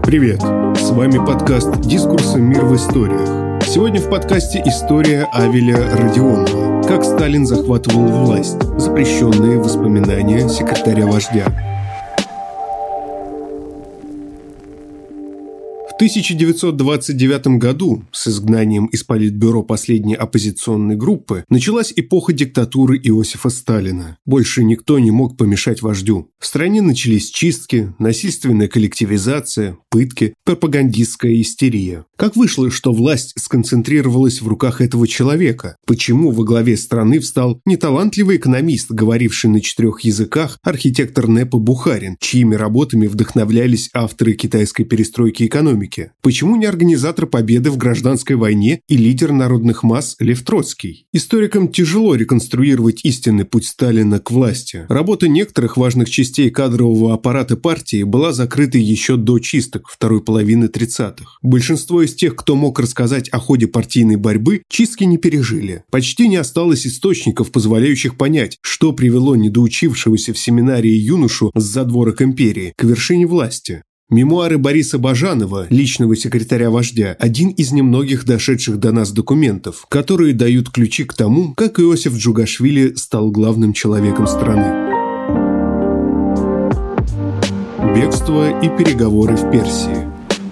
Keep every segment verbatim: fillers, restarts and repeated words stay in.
Привет! С вами подкаст «Дискурсы. Мир в историях». Сегодня в подкасте история Авеля Родионова. Как Сталин захватывал власть. Запрещенные воспоминания секретаря-вождя. В тысяча девятьсот двадцать девятом году с изгнанием из Политбюро последней оппозиционной группы началась эпоха диктатуры Иосифа Сталина. Больше никто не мог помешать вождю. В стране начались чистки, насильственная коллективизация, пытки, пропагандистская истерия. Как вышло, что власть сконцентрировалась в руках этого человека? Почему во главе страны встал неталантливый экономист, говоривший на четырех языках, архитектор НЭПа Бухарин, чьими работами вдохновлялись авторы китайской перестройки экономики? Почему не организатор победы в гражданской войне и лидер народных масс Лев Троцкий? Историкам тяжело реконструировать истинный путь Сталина к власти. Работа некоторых важных частей кадрового аппарата партии была закрыта еще до чисток второй половины тридцатых. Большинство из тех, кто мог рассказать о ходе партийной борьбы, чистки не пережили. Почти не осталось источников, позволяющих понять, что привело недоучившегося в семинарии юношу с задворок империи к вершине власти. Мемуары Бориса Бажанова, личного секретаря вождя, один из немногих дошедших до нас документов, которые дают ключи к тому, как Иосиф Джугашвили стал главным человеком страны. Бегство и переговоры в Персии.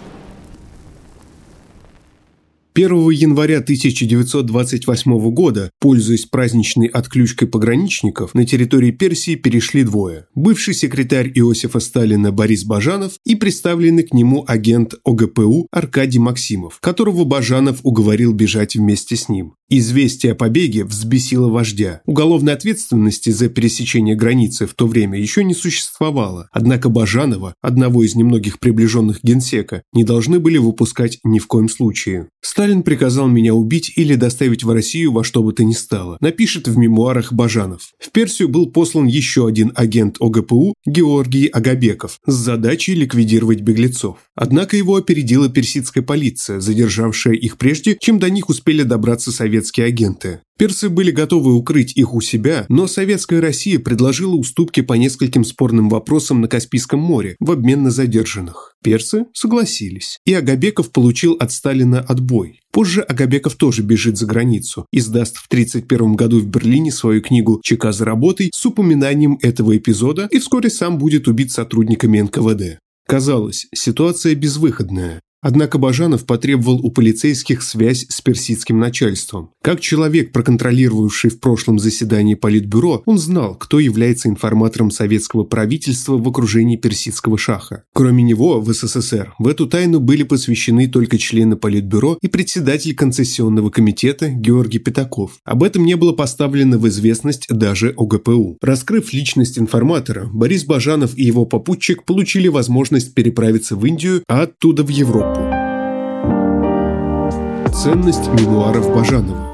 первого января тысяча девятьсот двадцать восьмого года, пользуясь праздничной отключкой пограничников, на территории Персии перешли двое. Бывший секретарь Иосифа Сталина Борис Бажанов и представленный к нему агент ОГПУ Аркадий Максимов, которого Бажанов уговорил бежать вместе с ним. Известие о побеге взбесило вождя. Уголовной ответственности за пересечение границы в то время еще не существовало, однако Бажанова, одного из немногих приближенных генсека, не должны были выпускать ни в коем случае. «Сталин приказал меня убить или доставить в Россию во что бы то ни стало», напишет в мемуарах Бажанов. В Персию был послан еще один агент ОГПУ Георгий Агабеков с задачей ликвидировать беглецов. Однако его опередила персидская полиция, задержавшая их прежде, чем до них успели добраться советские агенты. Персы были готовы укрыть их у себя, но советская Россия предложила уступки по нескольким спорным вопросам на Каспийском море в обмен на задержанных. Персы согласились, и Агабеков получил от Сталина отбой. Позже Агабеков тоже бежит за границу и сдаст в тридцать первом году в Берлине свою книгу «ЧК за работой» с упоминанием этого эпизода и вскоре сам будет убит сотрудниками эн ка вэ дэ. Казалось, ситуация безвыходная. Однако Бажанов потребовал у полицейских связь с персидским начальством. Как человек, проконтролировавший в прошлом заседании Политбюро, он знал, кто является информатором советского правительства в окружении персидского шаха. Кроме него, в эс эс эс эр в эту тайну были посвящены только члены Политбюро и председатель концессионного комитета Георгий Пятаков. Об этом не было поставлено в известность даже ОГПУ. Раскрыв личность информатора, Борис Бажанов и его попутчик получили возможность переправиться в Индию, а оттуда в Европу. Ценность мемуаров Бажанова.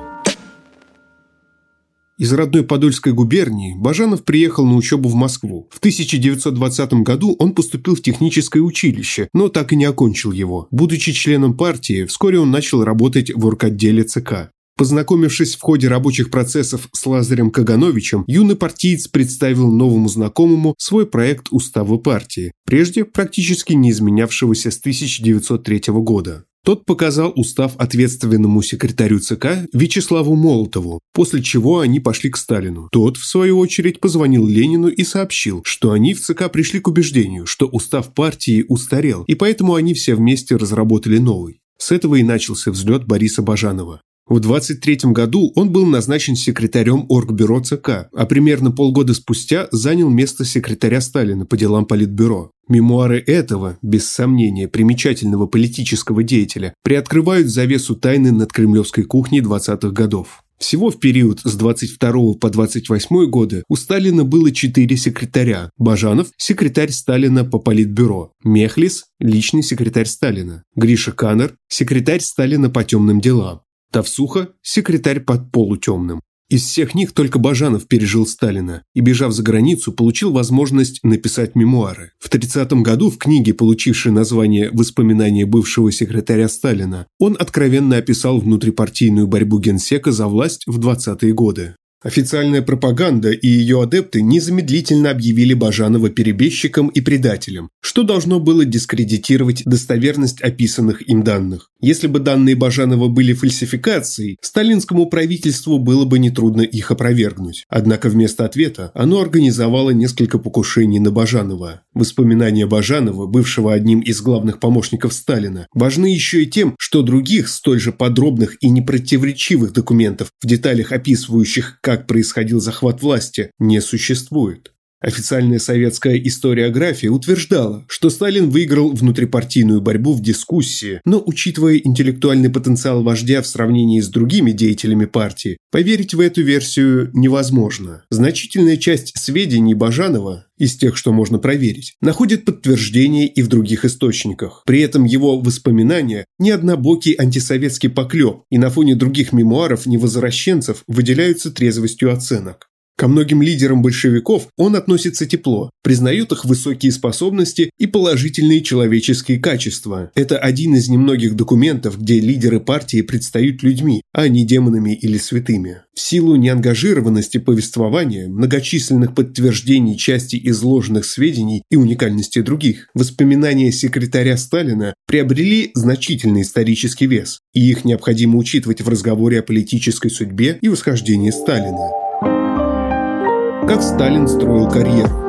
Из родной Подольской губернии Бажанов приехал на учебу в Москву. В тысяча девятьсот двадцатом году он поступил в техническое училище, но так и не окончил его. Будучи членом партии, вскоре он начал работать в орготделе ЦК. Познакомившись в ходе рабочих процессов с Лазарем Кагановичем, юный партиец представил новому знакомому свой проект устава партии, прежде практически не изменявшегося с тысяча девятьсот третьего года. Тот показал устав ответственному секретарю ЦК Вячеславу Молотову, после чего они пошли к Сталину. Тот, в свою очередь, позвонил Ленину и сообщил, что они в ЦК пришли к убеждению, что устав партии устарел, и поэтому они все вместе разработали новый. С этого и начался взлет Бориса Бажанова. В двадцать третьем году он был назначен секретарем Оргбюро ЦК, а примерно полгода спустя занял место секретаря Сталина по делам Политбюро. Мемуары этого, без сомнения, примечательного политического деятеля приоткрывают завесу тайны над кремлевской кухней двадцатых годов. Всего в период с двадцать второго по двадцать восьмой годы у Сталина было четыре секретаря. Бажанов – секретарь Сталина по Политбюро, Мехлис – личный секретарь Сталина, Гриша Канер – секретарь Сталина по темным делам, Тавсуха – секретарь под полутемным. Из всех них только Бажанов пережил Сталина и, бежав за границу, получил возможность написать мемуары. В тридцатом году в книге, получившей название «Воспоминания бывшего секретаря Сталина», он откровенно описал внутрипартийную борьбу генсека за власть в двадцатые годы. Официальная пропаганда и ее адепты незамедлительно объявили Бажанова перебежчиком и предателем, что должно было дискредитировать достоверность описанных им данных. Если бы данные Бажанова были фальсификацией, сталинскому правительству было бы нетрудно их опровергнуть. Однако вместо ответа оно организовало несколько покушений на Бажанова. Воспоминания Бажанова, бывшего одним из главных помощников Сталина, важны еще и тем, что других столь же подробных и непротиворечивых документов, в деталях описывающих, как происходил захват власти, не существует. Официальная советская историография утверждала, что Сталин выиграл внутрипартийную борьбу в дискуссии, но, учитывая интеллектуальный потенциал вождя в сравнении с другими деятелями партии, поверить в эту версию невозможно. Значительная часть сведений Бажанова, из тех, что можно проверить, находит подтверждение и в других источниках. При этом его воспоминания – не однобокий антисоветский поклеп, и на фоне других мемуаров невозвращенцев выделяются трезвостью оценок. Ко многим лидерам большевиков он относится тепло, признает их высокие способности и положительные человеческие качества. Это один из немногих документов, где лидеры партии предстают людьми, а не демонами или святыми. В силу неангажированности повествования, многочисленных подтверждений части изложенных сведений и уникальности других, воспоминания секретаря Сталина приобрели значительный исторический вес, и их необходимо учитывать в разговоре о политической судьбе и восхождении Сталина. Как Сталин строил карьеру.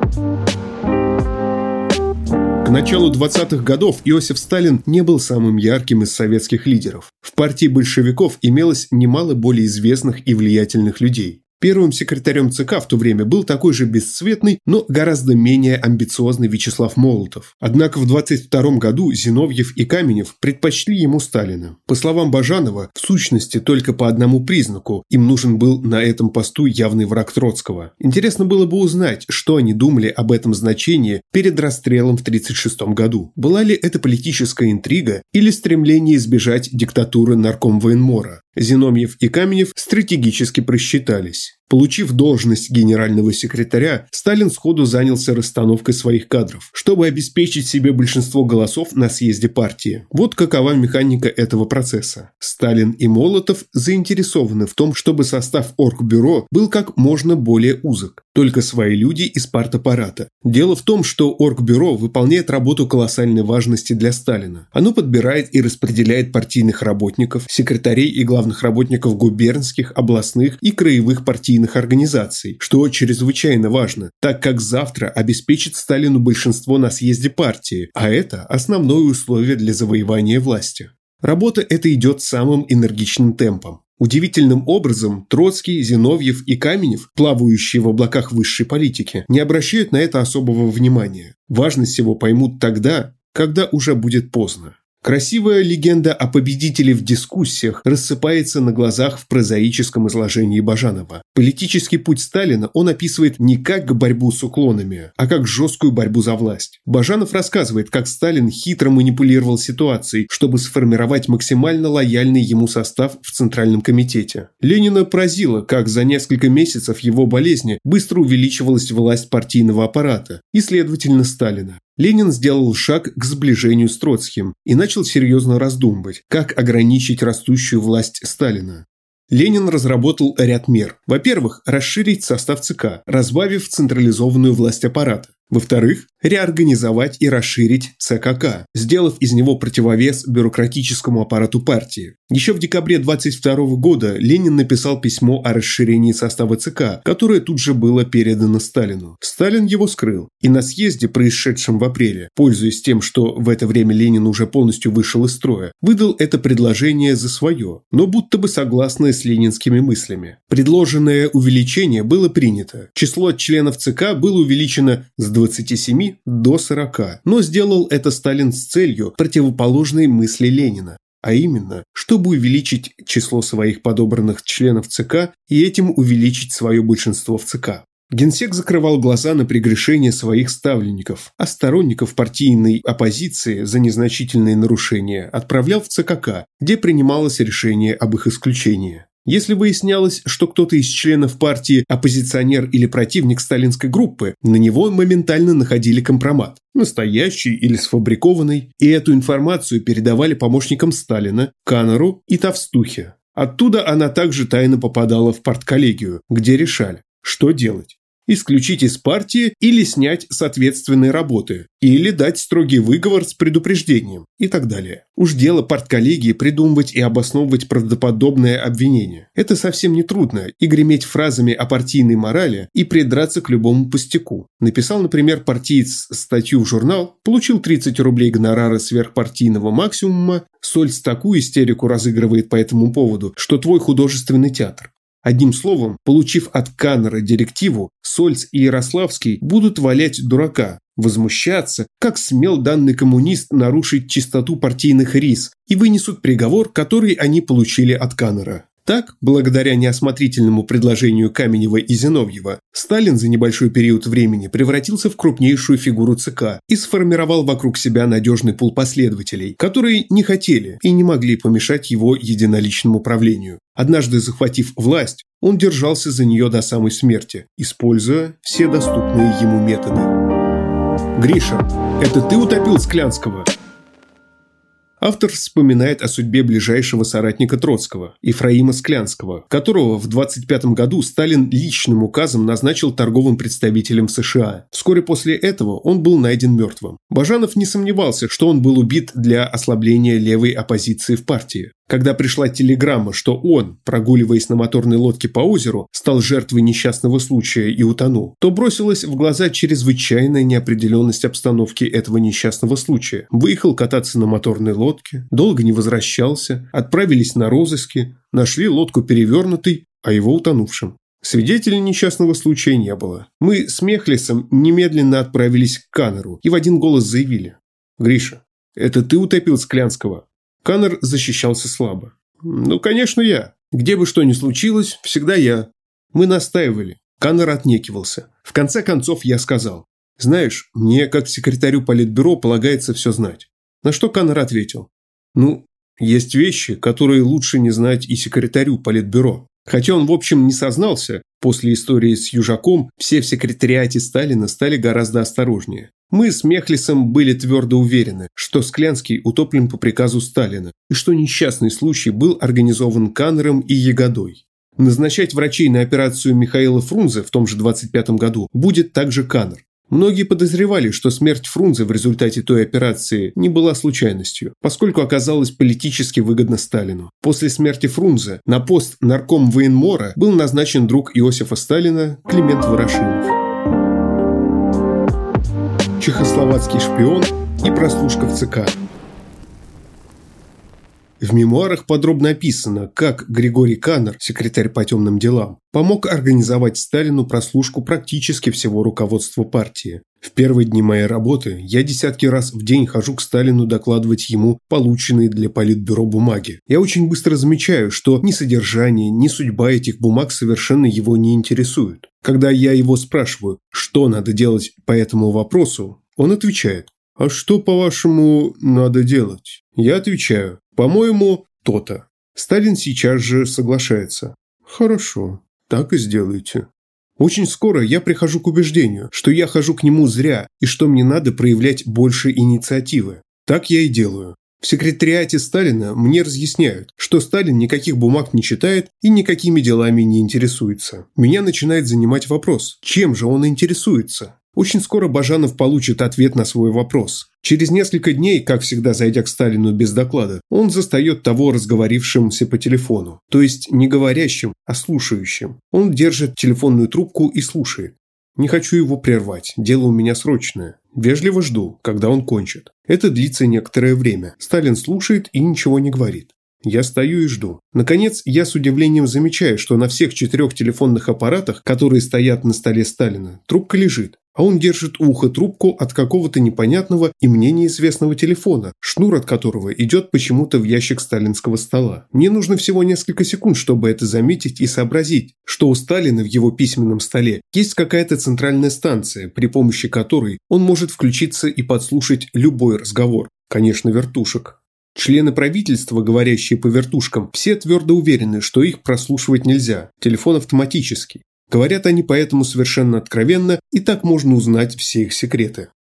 К началу двадцатых годов Иосиф Сталин не был самым ярким из советских лидеров. В партии большевиков имелось немало более известных и влиятельных людей. Первым секретарем ЦК в то время был такой же бесцветный, но гораздо менее амбициозный Вячеслав Молотов. Однако в двадцать втором году Зиновьев и Каменев предпочли ему Сталина. По словам Бажанова, в сущности только по одному признаку – им нужен был на этом посту явный враг Троцкого. Интересно было бы узнать, что они думали об этом значении перед расстрелом в тридцать шестом году. Была ли это политическая интрига или стремление избежать диктатуры наркомвоенмора? Зиновьев и Каменев стратегически просчитались. Получив должность генерального секретаря, Сталин сходу занялся расстановкой своих кадров, чтобы обеспечить себе большинство голосов на съезде партии. Вот какова механика этого процесса. Сталин и Молотов заинтересованы в том, чтобы состав Оргбюро был как можно более узок. Только свои люди из партаппарата. Дело в том, что Оргбюро выполняет работу колоссальной важности для Сталина. Оно подбирает и распределяет партийных работников, секретарей и главных работников губернских, областных и краевых партийных организаций, что чрезвычайно важно, так как завтра обеспечит Сталину большинство на съезде партии, а это основное условие для завоевания власти. Работа эта идет самым энергичным темпом. Удивительным образом Троцкий, Зиновьев и Каменев, плавающие в облаках высшей политики, не обращают на это особого внимания. Важность его поймут тогда, когда уже будет поздно. Красивая легенда о победителе в дискуссиях рассыпается на глазах в прозаическом изложении Бажанова. Политический путь Сталина он описывает не как борьбу с уклонами, а как жесткую борьбу за власть. Бажанов рассказывает, как Сталин хитро манипулировал ситуацией, чтобы сформировать максимально лояльный ему состав в Центральном комитете. Ленина поразило, как за несколько месяцев его болезни быстро увеличивалась власть партийного аппарата и, следовательно, Сталина. Ленин сделал шаг к сближению с Троцким и начал серьезно раздумывать, как ограничить растущую власть Сталина. Ленин разработал ряд мер. Во-первых, расширить состав ЦК, разбавив централизованную власть аппарата. Во-вторых, реорганизовать и расширить ЦКК, сделав из него противовес бюрократическому аппарату партии. Еще в декабре двадцать второго года Ленин написал письмо о расширении состава ЦК, которое тут же было передано Сталину. Сталин его скрыл, и на съезде, происшедшем в апреле, пользуясь тем, что в это время Ленин уже полностью вышел из строя, выдал это предложение за свое, но будто бы согласное с ленинскими мыслями. Предложенное увеличение было принято. Число членов ЦК было увеличено с двадцати семи до сорока, но сделал это Сталин с целью, противоположной мысли Ленина, а именно, чтобы увеличить число своих подобранных членов ЦК и этим увеличить свое большинство в ЦК. Генсек закрывал глаза на прегрешения своих ставленников, а сторонников партийной оппозиции за незначительные нарушения отправлял в ЦКК, где принималось решение об их исключении. Если выяснялось, что кто-то из членов партии оппозиционер или противник сталинской группы, на него моментально находили компромат, настоящий или сфабрикованный, и эту информацию передавали помощникам Сталина, Каннеру и Товстухе. Оттуда она также тайно попадала в партколлегию, где решали, что делать. Исключить из партии или снять с ответственной работы, или дать строгий выговор с предупреждением и так далее. Уж дело партколлегии придумывать и обосновывать правдоподобное обвинение. Это совсем не трудно, и греметь фразами о партийной морали и придраться к любому пустяку. Написал, например, партиец статью в журнал, получил тридцать рублей гонорара сверхпартийного максимума, Сольц такую истерику разыгрывает по этому поводу, что твой художественный театр. Одним словом, получив от Каннера директиву, Сольц и Ярославский будут валять дурака, возмущаться, как смел данный коммунист нарушить чистоту партийных рис, и вынесут приговор, который они получили от Каннера. Так, благодаря неосмотрительному предложению Каменева и Зиновьева, Сталин за небольшой период времени превратился в крупнейшую фигуру ЦК и сформировал вокруг себя надежный пул последователей, которые не хотели и не могли помешать его единоличному правлению. Однажды захватив власть, он держался за нее до самой смерти, используя все доступные ему методы. «Гриша, это ты утопил Склянского?» Автор вспоминает о судьбе ближайшего соратника Троцкого, Ефраима Склянского, которого в двадцать пятом году Сталин личным указом назначил торговым представителем в США. Вскоре после этого он был найден мертвым. Бажанов не сомневался, что он был убит для ослабления левой оппозиции в партии. Когда пришла телеграмма, что он, прогуливаясь на моторной лодке по озеру, стал жертвой несчастного случая и утонул, то бросилась в глаза чрезвычайная неопределенность обстановки этого несчастного случая. Выехал кататься на моторной лодке, долго не возвращался, отправились на розыски, нашли лодку перевернутой, а его утонувшим. Свидетелей несчастного случая не было. Мы с Мехлисом немедленно отправились к Каннеру и в один голос заявили: «Гриша, это ты утопил Склянского?» Каннер защищался слабо. «Ну, конечно, я. Где бы что ни случилось, всегда я». Мы настаивали. Каннер отнекивался. В конце концов я сказал: «Знаешь, мне, как секретарю политбюро, полагается все знать». На что Каннер ответил: «Ну, есть вещи, которые лучше не знать и секретарю политбюро». Хотя он, в общем, не сознался, после истории с Южаком все в секретариате Сталина стали гораздо осторожнее. Мы с Мехлисом были твердо уверены, что Склянский утоплен по приказу Сталина, и что несчастный случай был организован Каннером и Ягодой. Назначать врачей на операцию Михаила Фрунзе в том же двадцать пятом году будет также Каннер. Многие подозревали, что смерть Фрунзе в результате той операции не была случайностью, поскольку оказалась политически выгодна Сталину. После смерти Фрунзе на пост наркомвоенмора был назначен друг Иосифа Сталина Климент Ворошилов. Чехословацкий шпион и прослушка в ЦК. В мемуарах подробно описано, как Григорий Каннер, секретарь по темным делам, помог организовать Сталину прослушку практически всего руководства партии. В первые дни моей работы я десятки раз в день хожу к Сталину докладывать ему полученные для политбюро бумаги. Я очень быстро замечаю, что ни содержание, ни судьба этих бумаг совершенно его не интересуют. Когда я его спрашиваю, что надо делать по этому вопросу, он отвечает: «А что, по-вашему, надо делать?» Я отвечаю: «По-моему, то-то». Сталин сейчас же соглашается: «Хорошо, так и сделайте». Очень скоро я прихожу к убеждению, что я хожу к нему зря и что мне надо проявлять больше инициативы. Так я и делаю. В секретариате Сталина мне разъясняют, что Сталин никаких бумаг не читает и никакими делами не интересуется. Меня начинает занимать вопрос: чем же он интересуется? Очень скоро Бажанов получит ответ на свой вопрос. Через несколько дней, как всегда зайдя к Сталину без доклада, он застает того разговорившимся по телефону. То есть не говорящим, а слушающим. Он держит телефонную трубку и слушает. Не хочу его прервать, дело у меня срочное. Вежливо жду, когда он кончит. Это длится некоторое время. Сталин слушает и ничего не говорит. Я стою и жду. Наконец, я с удивлением замечаю, что на всех четырех телефонных аппаратах, которые стоят на столе Сталина, трубка лежит, а он держит у уха трубку от какого-то непонятного и мне неизвестного телефона, шнур от которого идет почему-то в ящик сталинского стола. Мне нужно всего несколько секунд, чтобы это заметить и сообразить, что у Сталина в его письменном столе есть какая-то центральная станция, при помощи которой он может включиться и подслушать любой разговор, конечно, вертушек. Члены правительства, говорящие по вертушкам, все твердо уверены, что их прослушивать нельзя, телефон автоматический. Говорят они поэтому совершенно откровенно, и так можно узнать все их секреты.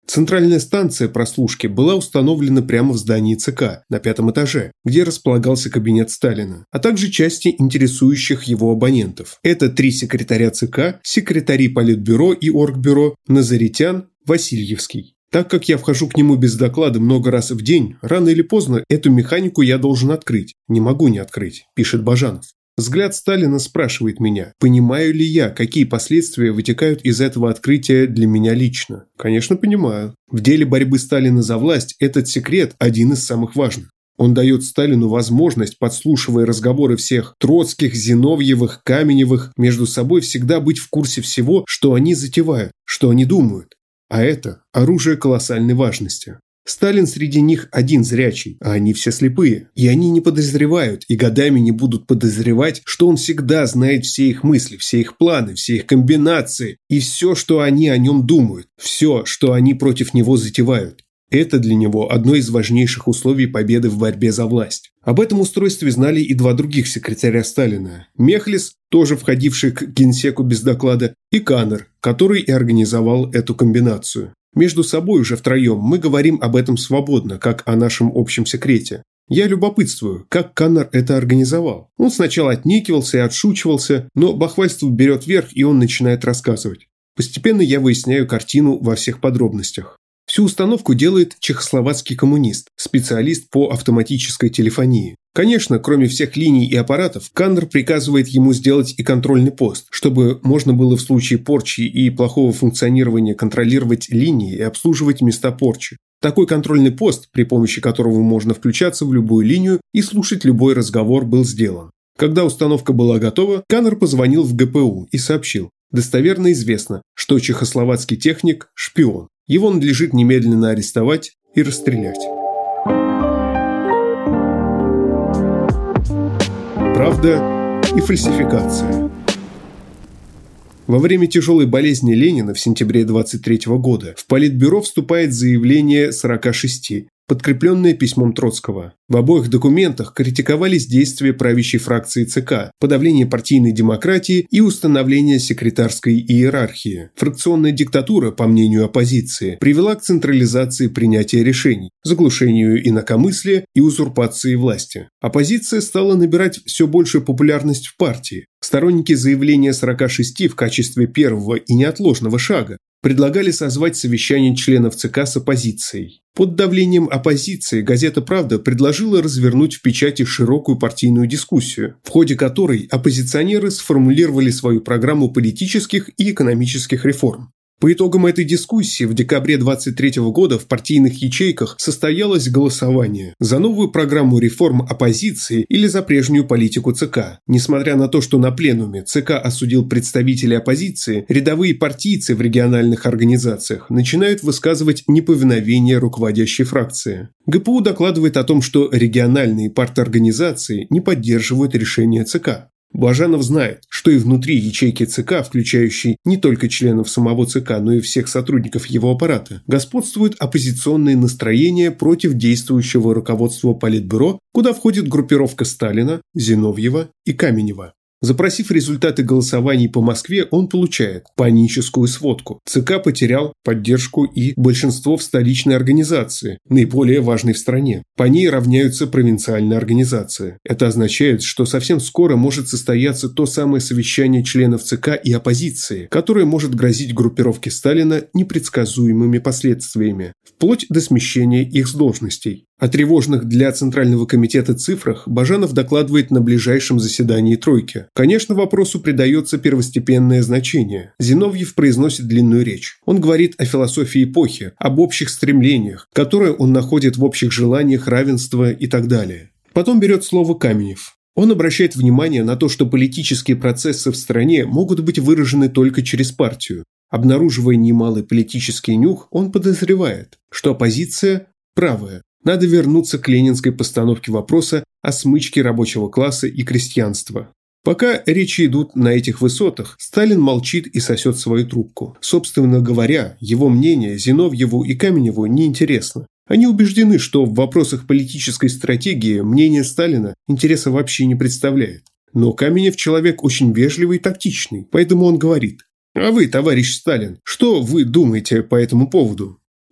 Центральная станция прослушки была установлена прямо в здании ЦК, на пятом этаже, где располагался кабинет Сталина, а также части интересующих его абонентов. Это три секретаря ЦК, секретари Политбюро и Оргбюро, Назаритян, Васильевский. Так как я вхожу к нему без доклада много раз в день, рано или поздно эту механику я должен открыть. Не могу не открыть, пишет Бажанов. Взгляд Сталина спрашивает меня, понимаю ли я, какие последствия вытекают из этого открытия для меня лично. Конечно, понимаю. В деле борьбы Сталина за власть этот секрет один из самых важных. Он дает Сталину возможность, подслушивая разговоры всех Троцких, Зиновьевых, Каменевых, между собой всегда быть в курсе всего, что они затевают, что они думают. А это оружие колоссальной важности. Сталин среди них один зрячий, а они все слепые. И они не подозревают, и годами не будут подозревать, что он всегда знает все их мысли, все их планы, все их комбинации и все, что они о нем думают, все, что они против него затевают. Это для него одно из важнейших условий победы в борьбе за власть. Об этом устройстве знали и два других секретаря Сталина. Мехлис, тоже входивший к генсеку без доклада, и Каннер, который и организовал эту комбинацию. Между собой уже втроем мы говорим об этом свободно, как о нашем общем секрете. Я любопытствую, как Каннер это организовал. Он сначала отнекивался и отшучивался, но бахвальство берет верх, и он начинает рассказывать. Постепенно я выясняю картину во всех подробностях. Всю установку делает чехословацкий коммунист, специалист по автоматической телефонии. Конечно, кроме всех линий и аппаратов, Каннер приказывает ему сделать и контрольный пост, чтобы можно было в случае порчи и плохого функционирования контролировать линии и обслуживать места порчи. Такой контрольный пост, при помощи которого можно включаться в любую линию и слушать любой разговор, был сделан. Когда установка была готова, Каннер позвонил в ГПУ и сообщил: достоверно известно, что чехословацкий техник – шпион. Его надлежит немедленно арестовать и расстрелять. Правда и фальсификация. Во время тяжелой болезни Ленина в сентябре двадцать третьего года в Политбюро вступает заявление сорока шести, подкрепленное письмом Троцкого. В обоих документах критиковались действия правящей фракции ЦК, подавление партийной демократии и установление секретарской иерархии. Фракционная диктатура, по мнению оппозиции, привела к централизации принятия решений, заглушению инакомыслия и узурпации власти. Оппозиция стала набирать все большую популярность в партии. Сторонники заявления сорока шести в качестве первого и неотложного шага предлагали созвать совещание членов ЦК с оппозицией. Под давлением оппозиции газета «Правда» предложила развернуть в печати широкую партийную дискуссию, в ходе которой оппозиционеры сформулировали свою программу политических и экономических реформ. По итогам этой дискуссии в декабре двадцать третьего года в партийных ячейках состоялось голосование за новую программу реформ оппозиции или за прежнюю политику ЦК. Несмотря на то, что на пленуме ЦК осудил представителей оппозиции, рядовые партийцы в региональных организациях начинают высказывать неповиновение руководящей фракции. ГПУ докладывает о том, что региональные парторганизации не поддерживают решение ЦК. Бажанов знает, что и внутри ячейки ЦК, включающей не только членов самого ЦК, но и всех сотрудников его аппарата, господствуют оппозиционные настроения против действующего руководства Политбюро, куда входит группировка Сталина, Зиновьева и Каменева. Запросив результаты голосований по Москве, он получает паническую сводку. ЦК потерял поддержку и большинство в столичной организации, наиболее важной в стране. По ней равняются провинциальные организации. Это означает, что совсем скоро может состояться то самое совещание членов ЦК и оппозиции, которое может грозить группировке Сталина непредсказуемыми последствиями, вплоть до смещения их с должностей. О тревожных для Центрального комитета цифрах Бажанов докладывает на ближайшем заседании Тройки. Конечно, вопросу придается первостепенное значение. Зиновьев произносит длинную речь. Он говорит о философии эпохи, об общих стремлениях, которые он находит в общих желаниях равенства и так далее. Потом берет слово Каменев. Он обращает внимание на то, что политические процессы в стране могут быть выражены только через партию. Обнаруживая немалый политический нюх, он подозревает, что оппозиция правая. Надо вернуться к ленинской постановке вопроса о смычке рабочего класса и крестьянства. Пока речи идут на этих высотах, Сталин молчит и сосет свою трубку. Собственно говоря, его мнение Зиновьеву и Каменеву неинтересно. Они убеждены, что в вопросах политической стратегии мнение Сталина интереса вообще не представляет. Но Каменев человек очень вежливый и тактичный, поэтому он говорит: «А вы, товарищ Сталин, что вы думаете по этому поводу?»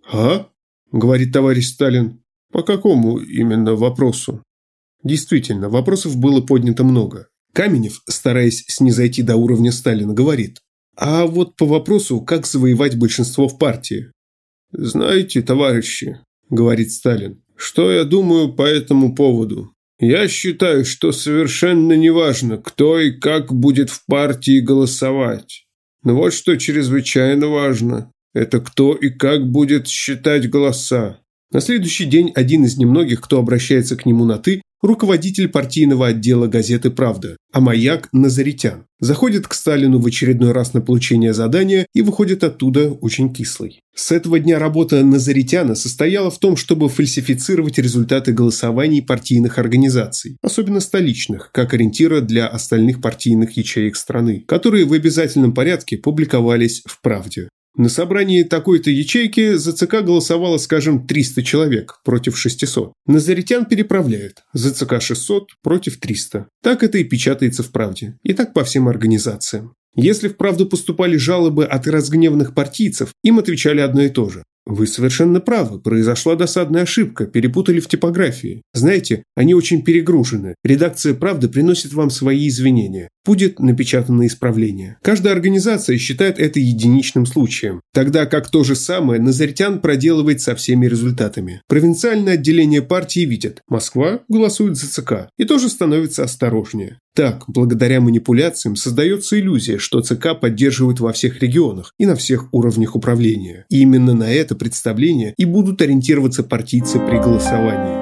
«А?» – говорит товарищ Сталин. «По какому именно вопросу?» Действительно, вопросов было поднято много. Каменев, стараясь снизойти до уровня Сталина, говорит: «А вот по вопросу, как завоевать большинство в партии?» «Знаете, товарищи, – говорит Сталин, – что я думаю по этому поводу? Я считаю, что совершенно неважно, кто и как будет в партии голосовать. Но вот что чрезвычайно важно – это кто и как будет считать голоса». На следующий день один из немногих, кто обращается к нему на «ты», руководитель партийного отдела газеты «Правда», а маяк Назаритян, заходит к Сталину в очередной раз на получение задания и выходит оттуда очень кислый. С этого дня работа Назаритяна состояла в том, чтобы фальсифицировать результаты голосований партийных организаций, особенно столичных, как ориентира для остальных партийных ячеек страны, которые в обязательном порядке публиковались в «Правде». На собрании такой-то ячейки за ЦК голосовало, скажем, триста человек против шестисот. Назаритян переправляет: за ЦК шестьсот против триста. Так это и печатается в «Правде». И так по всем организациям. Если в «Правду» поступали жалобы от разгневанных партийцев, им отвечали одно и то же: «Вы совершенно правы, произошла досадная ошибка, перепутали в типографии. Знаете, они очень перегружены. Редакция «Правды» приносит вам свои извинения. Будет напечатано исправление». Каждая организация считает это единичным случаем, тогда как то же самое Назаритян проделывает со всеми результатами. Провинциальное отделение партии видит: Москва голосует за ЦК, и тоже становится осторожнее. Так, благодаря манипуляциям создается иллюзия, что ЦК поддерживают во всех регионах и на всех уровнях управления. И именно на это представление и будут ориентироваться партийцы при голосовании.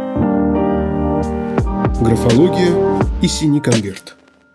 Графология и синий конверт.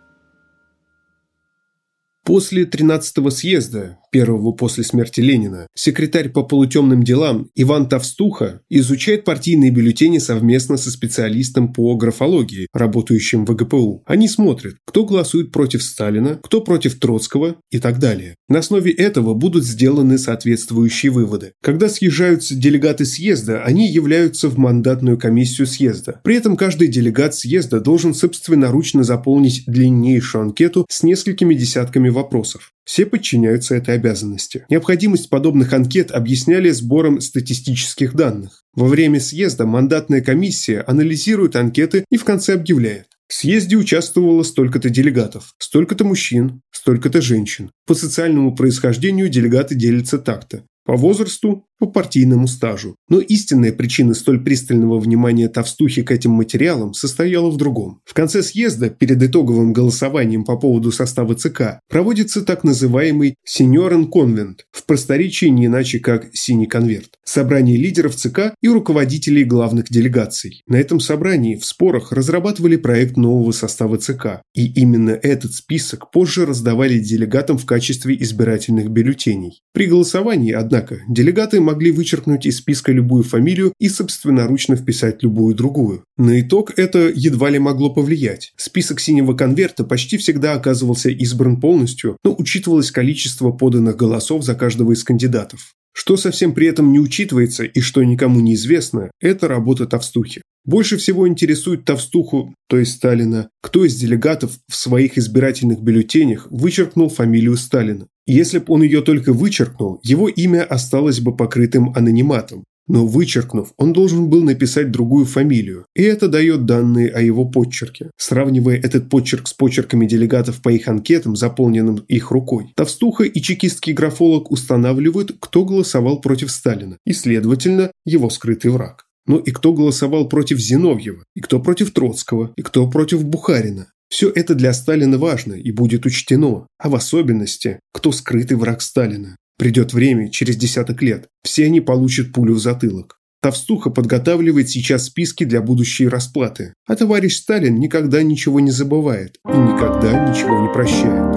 После тринадцатого съезда, первого после смерти Ленина, секретарь по полутемным делам Иван Товстуха изучает партийные бюллетени совместно со специалистом по графологии, работающим в вэ гэ пэ у. Они смотрят, кто голосует против Сталина, кто против Троцкого и так далее. На основе этого будут сделаны соответствующие выводы. Когда съезжаются делегаты съезда, они являются в мандатную комиссию съезда. При этом каждый делегат съезда должен собственноручно заполнить длиннейшую анкету с несколькими десятками вопросов. Все подчиняются этой обязанности. Необходимость подобных анкет объясняли сбором статистических данных. Во время съезда мандатная комиссия анализирует анкеты и в конце объявляет: в съезде участвовало столько-то делегатов, столько-то мужчин, столько-то женщин. По социальному происхождению делегаты делятся так-то. По возрасту, по партийному стажу. Но истинная причина столь пристального внимания Товстухи к этим материалам состояла в другом. В конце съезда, перед итоговым голосованием по поводу состава ЦК, проводится так называемый «сеньорен-конвент», в просторечии не иначе как «синий конверт». Собрание лидеров ЦК и руководителей главных делегаций. На этом собрании в спорах разрабатывали проект нового состава ЦК. И именно этот список позже раздавали делегатам в качестве избирательных бюллетеней. При голосовании, однако, делегаты могли вычеркнуть из списка любую фамилию и собственноручно вписать любую другую. На итог это едва ли могло повлиять. Список синего конверта почти всегда оказывался избран полностью, но учитывалось количество поданных голосов за каждого из кандидатов. Что совсем при этом не учитывается и что никому не известно, это работа Товстухи. Больше всего интересует Товстуху, то есть Сталина, кто из делегатов в своих избирательных бюллетенях вычеркнул фамилию Сталина. Если бы он ее только вычеркнул, его имя осталось бы покрытым анониматом. Но вычеркнув, он должен был написать другую фамилию, и это дает данные о его подчерке. Сравнивая этот подчерк с почерками делегатов по их анкетам, заполненным их рукой, Товстуха и чекистский графолог устанавливают, кто голосовал против Сталина, и, следовательно, его скрытый враг. Ну и кто голосовал против Зиновьева, и кто против Троцкого, и кто против Бухарина. Все это для Сталина важно и будет учтено, а в особенности, кто скрытый враг Сталина. Придет время, через десяток лет, все они получат пулю в затылок. Товстуха подготавливает сейчас списки для будущей расплаты, а товарищ Сталин никогда ничего не забывает и никогда ничего не прощает.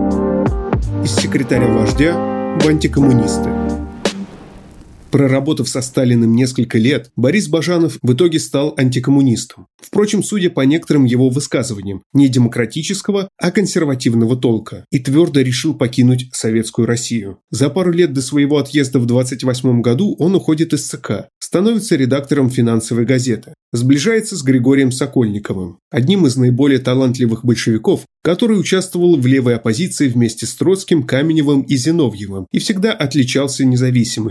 Из секретаря вождя в антикоммунисты. Проработав со Сталиным несколько лет, Борис Бажанов в итоге стал антикоммунистом. Впрочем, судя по некоторым его высказываниям, не демократического, а консервативного толка, и твердо решил покинуть Советскую Россию. За пару лет до своего отъезда в двадцать восьмом году он уходит из ЦК, становится редактором финансовой газеты, сближается с Григорием Сокольниковым, одним из наиболее талантливых большевиков, который участвовал в левой оппозиции вместе с Троцким, Каменевым и Зиновьевым и всегда отличался независимостью.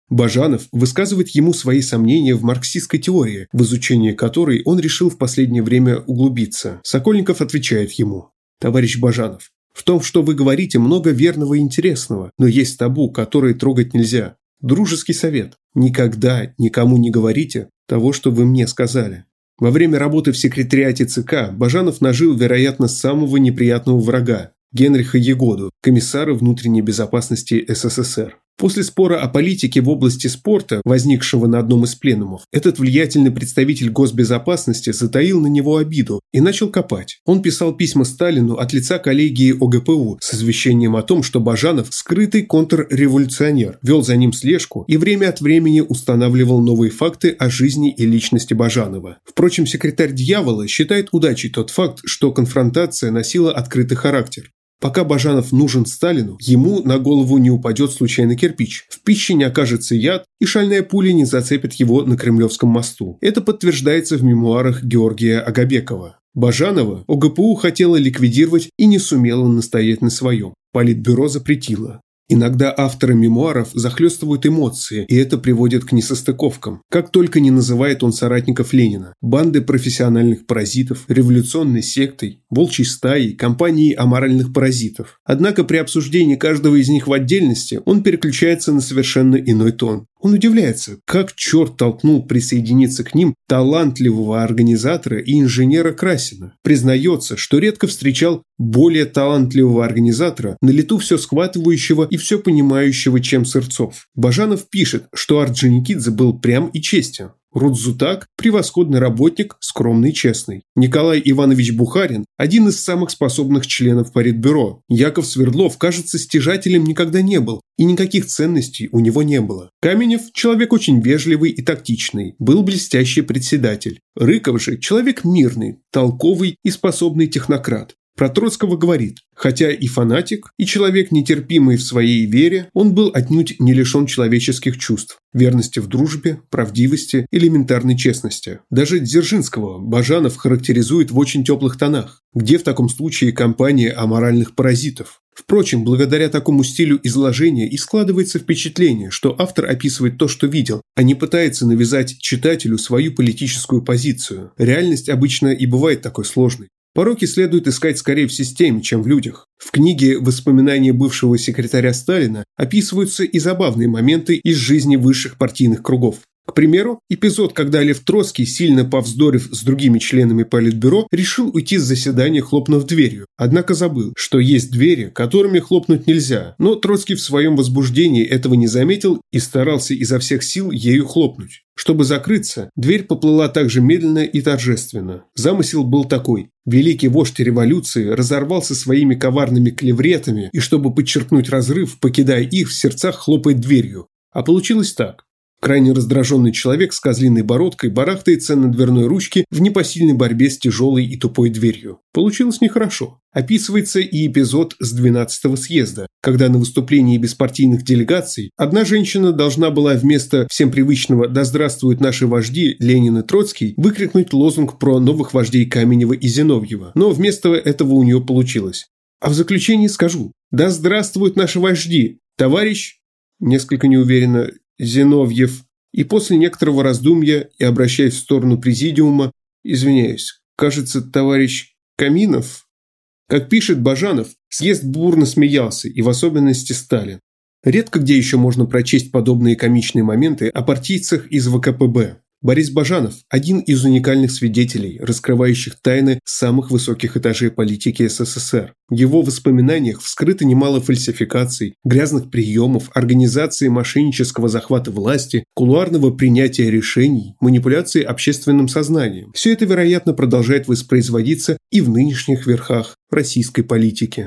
Бажанов высказывает ему свои сомнения в марксистской теории, в изучении которой он решил в последнее время углубиться. Сокольников отвечает ему: «Товарищ Бажанов, в том, что вы говорите, много верного и интересного, но есть табу, которое трогать нельзя. Дружеский совет. Никогда никому не говорите того, что вы мне сказали». Во время работы в секретариате ЦК Бажанов нажил, вероятно, самого неприятного врага – Генриха Ягоду, комиссара внутренней безопасности СССР. После спора о политике в области спорта, возникшего на одном из пленумов, этот влиятельный представитель госбезопасности затаил на него обиду и начал копать. Он писал письма Сталину от лица коллегии ОГПУ с извещением о том, что Бажанов – скрытый контрреволюционер, вел за ним слежку и время от времени устанавливал новые факты о жизни и личности Бажанова. Впрочем, секретарь «Дьявола» считает удачей тот факт, что конфронтация носила открытый характер. Пока Бажанов нужен Сталину, ему на голову не упадет случайно кирпич, в пище не окажется яд и шальная пуля не зацепит его на Кремлевском мосту. Это подтверждается в мемуарах Георгия Агабекова. Бажанова ОГПУ хотела ликвидировать и не сумела настоять на своем. Политбюро запретило. Иногда авторы мемуаров захлестывают эмоции, и это приводит к несостыковкам. Как только не называет он соратников Ленина, банды профессиональных паразитов, революционной сектой, волчьей стаей, компанией аморальных паразитов. Однако при обсуждении каждого из них в отдельности он переключается на совершенно иной тон. Он удивляется, как черт толкнул присоединиться к ним талантливого организатора и инженера Красина. Признается, что редко встречал более талантливого организатора, на лету все схватывающего и все понимающего, чем Сырцов. Бажанов пишет, что Орджоникидзе был прям и честен. Рудзутак – превосходный работник, скромный и честный. Николай Иванович Бухарин – один из самых способных членов Политбюро. Яков Свердлов, кажется, стяжателем никогда не был, и никаких ценностей у него не было. Каменев – человек очень вежливый и тактичный, был блестящий председатель. Рыков же – человек мирный, толковый и способный технократ. Про Троцкого говорит: хотя и фанатик, и человек нетерпимый в своей вере, он был отнюдь не лишен человеческих чувств, верности в дружбе, правдивости, элементарной честности. Даже Дзержинского Бажанов характеризует в очень теплых тонах. Где в таком случае компания аморальных паразитов? Впрочем, благодаря такому стилю изложения и складывается впечатление, что автор описывает то, что видел, а не пытается навязать читателю свою политическую позицию. Реальность обычно и бывает такой сложной. Пороки следует искать скорее в системе, чем в людях. В книге «Воспоминания бывшего секретаря Сталина» описываются и забавные моменты из жизни высших партийных кругов. К примеру, эпизод, когда Лев Троцкий, сильно повздорив с другими членами Политбюро, решил уйти с заседания, хлопнув дверью. Однако забыл, что есть двери, которыми хлопнуть нельзя, но Троцкий в своем возбуждении этого не заметил и старался изо всех сил ею хлопнуть. Чтобы закрыться, дверь поплыла так же медленно и торжественно. Замысел был такой. Великий вождь революции разорвался своими коварными клевретами и, чтобы подчеркнуть разрыв, покидая их, в сердцах хлопает дверью. А получилось так. Крайне раздраженный человек с козлиной бородкой барахтается на дверной ручке в непосильной борьбе с тяжелой и тупой дверью. Получилось нехорошо. Описывается и эпизод с двенадцатого съезда, когда на выступлении беспартийных делегаций одна женщина должна была вместо всем привычного «Да здравствуют наши вожди» Ленин и Троцкий выкрикнуть лозунг про новых вождей Каменева и Зиновьева. Но вместо этого у нее получилось. А в заключении скажу: «Да здравствуют наши вожди, товарищ...» Несколько неуверенно Зиновьев, и после некоторого раздумья и обращаясь в сторону президиума: «Извиняюсь, кажется, товарищ Каминов?» Как пишет Бажанов, съезд бурно смеялся, и в особенности Сталин. Редко где еще можно прочесть подобные комичные моменты о партийцах из ВКПБ. Борис Бажанов – один из уникальных свидетелей, раскрывающих тайны самых высоких этажей политики СССР. В его воспоминаниях вскрыто немало фальсификаций, грязных приемов, организации мошеннического захвата власти, кулуарного принятия решений, манипуляции общественным сознанием. Все это, вероятно, продолжает воспроизводиться и в нынешних верхах российской политики.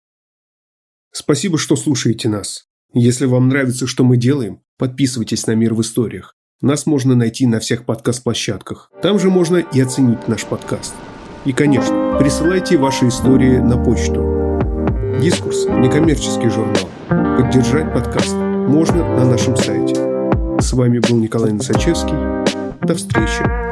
Спасибо, что слушаете нас. Если вам нравится, что мы делаем, подписывайтесь на «Мир в историях». Нас можно найти на всех подкаст-площадках. Там же можно и оценить наш подкаст. И, конечно, присылайте ваши истории на почту. «Дискурс» – некоммерческий журнал. Поддержать подкаст можно на нашем сайте. С вами был Николай Носачевский. До встречи.